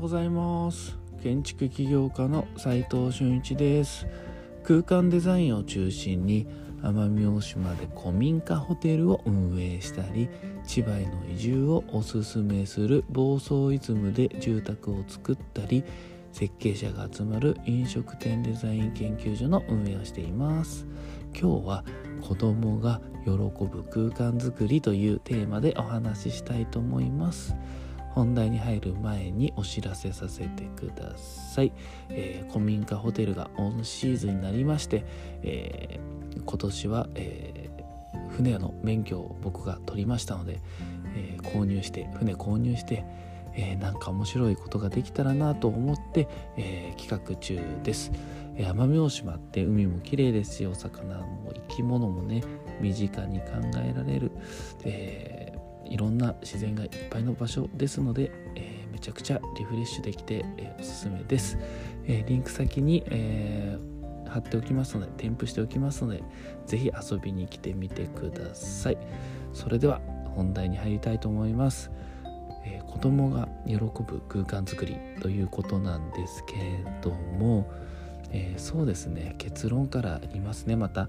ございます。建築起業家の斉藤俊一です。空間デザインを中心に奄美大島で古民家ホテルを運営したり、千葉への移住をおすすめする房総イズムで住宅を作ったり、設計者が集まる飲食店デザイン研究所の運営をしています。今日は子供が喜ぶ空間づくりというテーマでお話ししたいと思います。本題に入る前にお知らせさせてください。古民家ホテルがオンシーズンになりまして、今年は、船の免許を僕が取りましたので、船購入して、なんか面白いことができたらなと思って、企画中です。奄美大島って海も綺麗ですし、お魚も生き物もね身近に考えられる、いろんな自然がいっぱいの場所ですので、めちゃくちゃリフレッシュできて、おすすめです。リンク先に、貼っておきますので、添付しておきますので、ぜひ遊びに来てみてください。それでは本題に入りたいと思います。子供が喜ぶ空間づくりということなんですけれども、そうですね、結論から言いますね。また、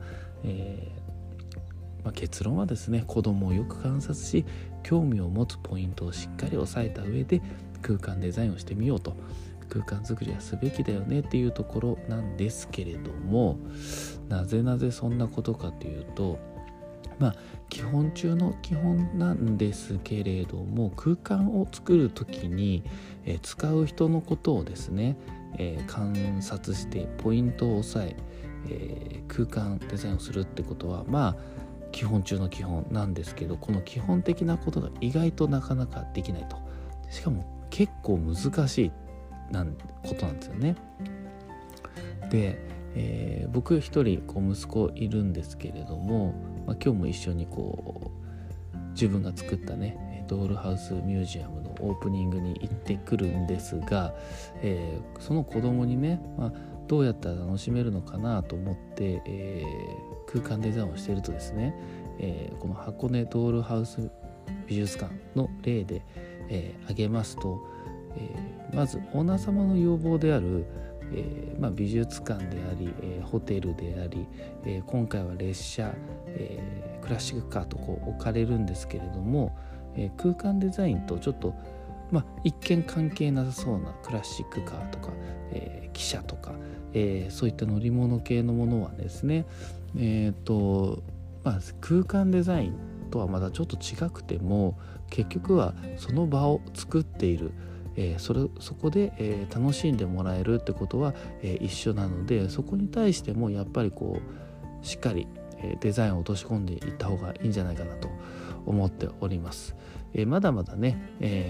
結論はですね、子供をよく観察し、興味を持つポイントをしっかり押さえた上で空間デザインをしてみようと、空間づくりはすべきだよねっていうところなんですけれども、なぜそんなことかというと、基本中の基本なんですけれども、空間を作るときに、使う人のことをですね、観察してポイントを押さえ空間デザインをするってことは基本中の基本なんですけど、この基本的なことが意外となかなかできないと。しかも結構難しいことなんですよね。で、僕一人息子いるんですけれども、今日も一緒に自分が作ったねドールハウスミュージアムのオープニングに行ってくるんですが、その子供にね、どうやったら楽しめるのかなと思って、空間デザインをしているとですね、この箱根ドールハウス美術館の例で、挙げますと、まずオーナー様の要望である、美術館であり、ホテルであり、今回は列車、クラシックカーと置かれるんですけれども、空間デザインとちょっと、一見関係なさそうなクラシックカーとか、汽車とか、そういった乗り物系のものはですね、空間デザインとはまだちょっと違くても、結局はその場を作っている、そこで、楽しんでもらえるってことは、一緒なので、そこに対してもやっぱりしっかり、デザインを落とし込んでいった方がいいんじゃないかなと思っております。まだまだね、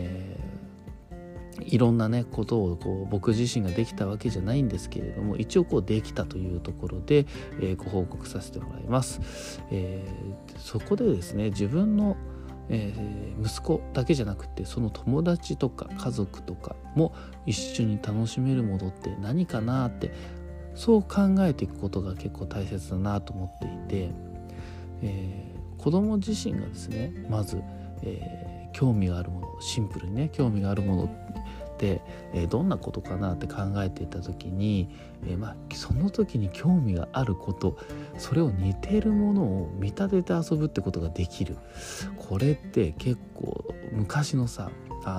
いろんなねことを僕自身ができたわけじゃないんですけれども、一応できたというところで、ご報告させてもらいます。そこでですね、自分の息子だけじゃなくて、その友達とか家族とかも一緒に楽しめるものって何かなって、そう考えていくことが結構大切だなと思っていて、子供自身がですね、まず、興味があるもの、シンプルにね興味があるものって、どんなことかなって考えていた時に、その時に興味があること、それを似ているものを見立てて遊ぶってことができる。これって結構昔のさ、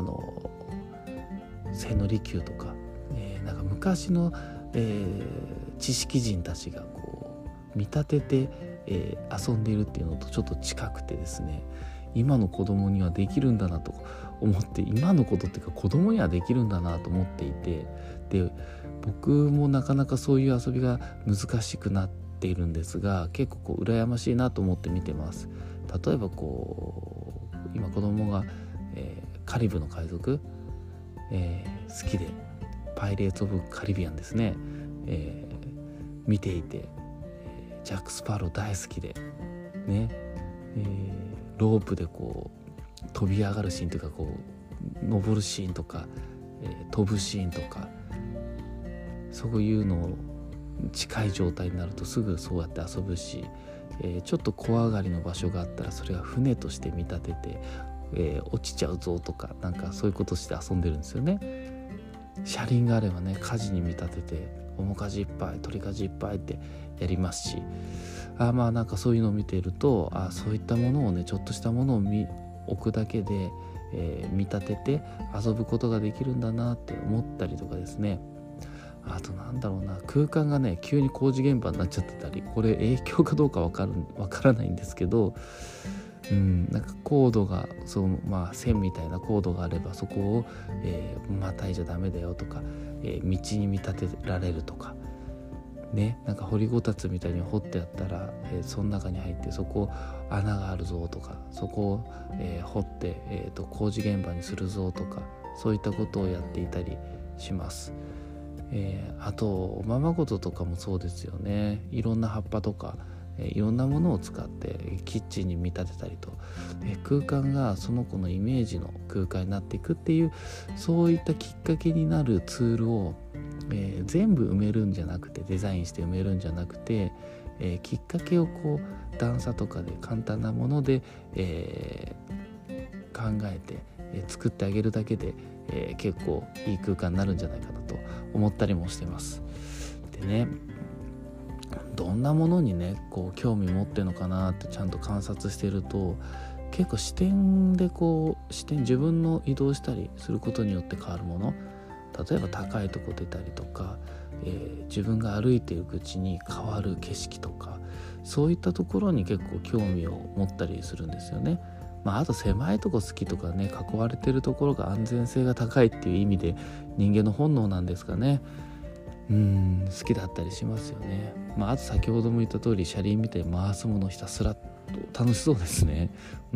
千利休とか、なんか昔の、知識人たちが見立てて、遊んでいるっていうのとちょっと近くてですね、今の子供にはできるんだなと思って、今のことっていうか子供にはできるんだなと思っていて、で僕もなかなかそういう遊びが難しくなっているんですが、結構羨ましいなと思って見てます。例えば今子供が、カリブの海賊、好きで、パイレーツ・オブ・カリビアンですね、見ていて、ジャック・スパロー大好きでね、ロープで飛び上がるシーンというか、登るシーンとか、飛ぶシーンとか、そういうのを近い状態になるとすぐそうやって遊ぶし、ちょっと怖がりの場所があったらそれは船として見立てて、落ちちゃうぞとか、なんかそういうことして遊んでるんですよね。 車輪があればね舵に見立てて面舵いっぱい鳥舵いっぱいってやりますし、なんかそういうのを見ているとそういったものをねちょっとしたものを置くだけで、見立てて遊ぶことができるんだなって思ったりとかですね。あと空間がね急に工事現場になっちゃってたり、これ影響かどうかわからないんですけど、なんかコードが線みたいなコードがあればそこを、またいじゃダメだよとか、道に見立てられるとかね、なんか掘りごたつみたいに掘ってあったら、その中に入ってそこ穴があるぞとか、そこを、掘って、工事現場にするぞとか、そういったことをやっていたりします。あとおままごととかもそうですよね。いろんな葉っぱとか、いろんなものを使ってキッチンに見立てたりと、空間がその子のイメージの空間になっていくっていう、そういったきっかけになるツールを、全部埋めるんじゃなくて、デザインして埋めるんじゃなくて、きっかけをこう段差とかで簡単なもので、考えて、作ってあげるだけで、結構いい空間になるんじゃないかなと思ったりもしてます。でね、どんなものにねこう興味持ってるのかなってちゃんと観察してると、結構視点で自分の移動したりすることによって変わるもの、例えば高いとこ出たりとか、自分が歩いているうちに変わる景色とか、そういったところに結構興味を持ったりするんですよね。あと狭いとこ好きとかね、囲われてるところが安全性が高いっていう意味で人間の本能なんですかね。好きだったりしますよね。あと先ほども言った通り、車輪見て回すものひたすらと楽しそうですね。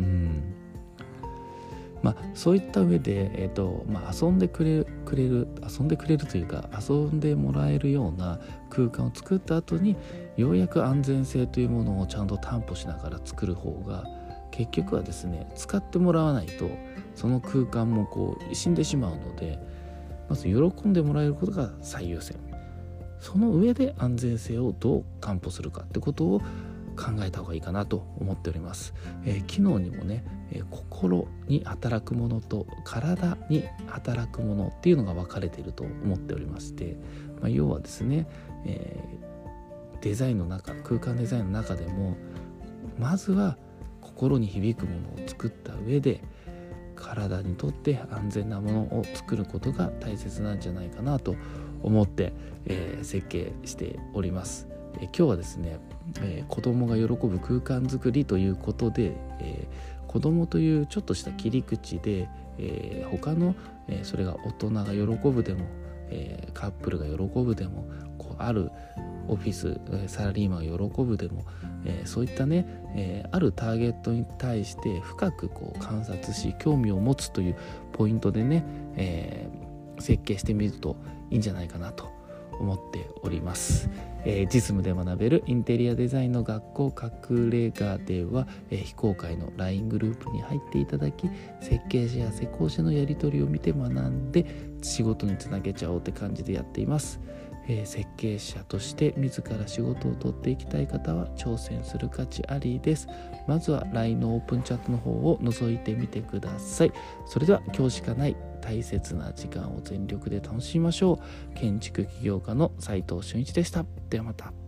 そういった上で、遊んでくれるというか、遊んでもらえるような空間を作った後に、ようやく安全性というものをちゃんと担保しながら作る方が、結局はですね、使ってもらわないとその空間も死んでしまうので、まず喜んでもらえることが最優先。その上で安全性をどう担保するかってことを考えた方がいいかなと思っております。昨日にもね、心に働くものと体に働くものっていうのが分かれていると思っておりまして、要はですね、デザインの中、空間デザインの中でも、まずは心に響くものを作った上で、体にとって安全なものを作ることが大切なんじゃないかなと思って、設計しております。今日はですね、子供が喜ぶ空間づくりということで、子供というちょっとした切り口で、他の、それが大人が喜ぶでも、カップルが喜ぶでも、あるオフィスサラリーマンが喜ぶでも、そういったね、あるターゲットに対して深く観察し興味を持つというポイントでね、設計してみるといいんじゃないかなと思っております。実務で学べるインテリアデザインの学校隠れ家では、非公開の LINE グループに入っていただき、設計者や施工者のやり取りを見て学んで仕事につなげちゃおうって感じでやっています。設計者として自ら仕事を取っていきたい方は挑戦する価値ありです。まずは LINE のオープンチャットの方を覗いてみてください。それでは今日しかない大切な時間を全力で楽しみましょう。建築起業家の斉藤俊一でした。ではまた。